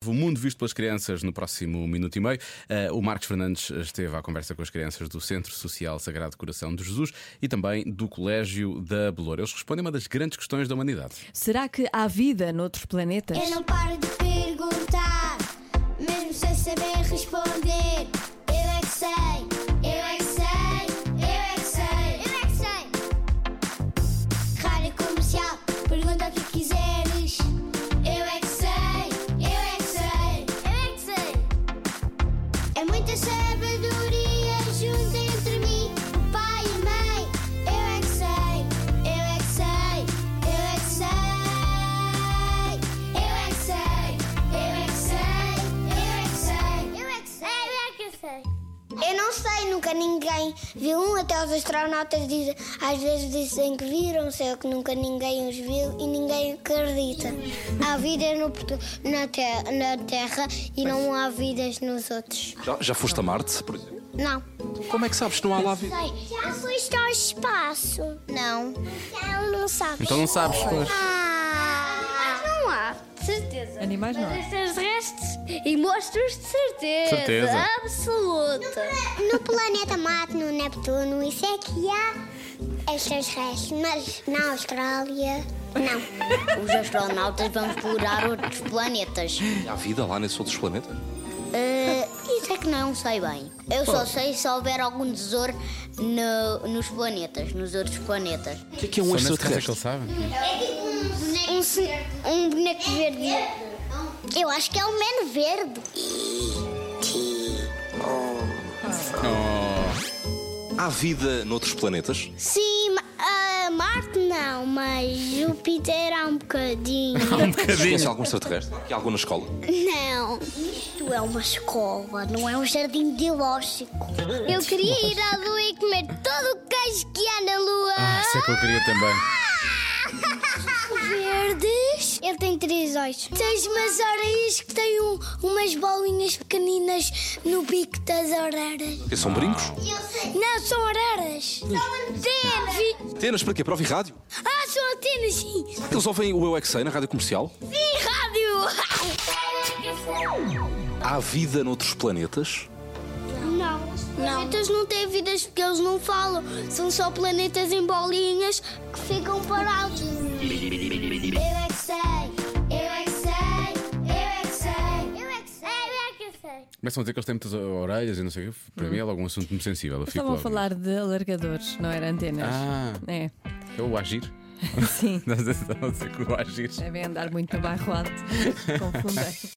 O Mundo Visto pelas Crianças no próximo minuto e meio. O Marcos Fernandes esteve à conversa com as crianças do Centro Social Sagrado Coração de Jesus e também do Colégio da Beloura. Eles respondem a uma das grandes questões da humanidade. Será que há vida noutros planetas? Eu não paro de perguntar, mesmo sem saber responder. Eu é que sei, eu é que sei, eu é que sei, eu é que sei. Rádio Comercial, pergunta o que quiseres. Eu é que sei, eu é que sei, eu é que sei. É muita sabedoria junto entre mim, o pai e a mãe. Eu é que sei, eu é que sei, eu é que sei. Eu é que sei, eu é que sei, eu é que sei, eu é que sei, eu é que sei. Eu não sei, nunca ninguém viu um, até os astronautas dizem, às vezes dizem que viram, sei que nunca ninguém os viu e ninguém acredita. Há vida na Terra e não há vidas nos outros. Já foste a Marte, por exemplo? Não. Como é que sabes que não há lá vida? Já foste ao espaço? Não. Então não sabes. Então não sabes, pois. Mas não há, de certeza. Animais não. Extraterrestres e monstros de certeza. Certeza. Absoluta. No planeta Marte, no Neptuno, isso é que há extraterrestres, mas na Austrália, não. Os astronautas vão explorar outros planetas. Há vida lá nesses outros planetas? Isso é que não sei bem. Eu só sei se houver algum tesouro nos planetas, nos outros planetas. O que é um Só nesse caso é que extraterrestre? ele sabe. Um boneco verde. Eu acho que é um man verde. Há vida noutros planetas? Sim, Marte não, mas Júpiter há um bocadinho. Um bocadinho. Conhece algum extraterrestre? Há algum na escola? Não, isto é uma escola, não é um jardim biológico. Eu queria ir à Lua e comer todo o queijo que há na Lua. Isso é que eu queria também. Verdes. Ele tem 3 olhos. Tens umas orelhas que têm umas bolinhas pequeninas no bico das orelhas. Que são brincos? Não, são araras. São antenas. Antenas para quê? Para ouvir rádio? São antenas, sim. Eles ouvem o Eu É Que Sei na rádio comercial? Sim, rádio. Há vida noutros planetas? Não. Planetas não têm vidas porque eles não falam. São só planetas em bolinhas que ficam parados. Eu é que sei, eu é que sei, eu é que sei, eu é que sei, eu é que sei. Começam a dizer que eles têm muitas orelhas e não sei o quê. Para mim é logo um assunto muito sensível. Eu fico Estavam a logo. falar de alargadores, não era antenas. É, É o agir. sim. Não sei que o agir. Devem andar muito no bairro alto. Confundem.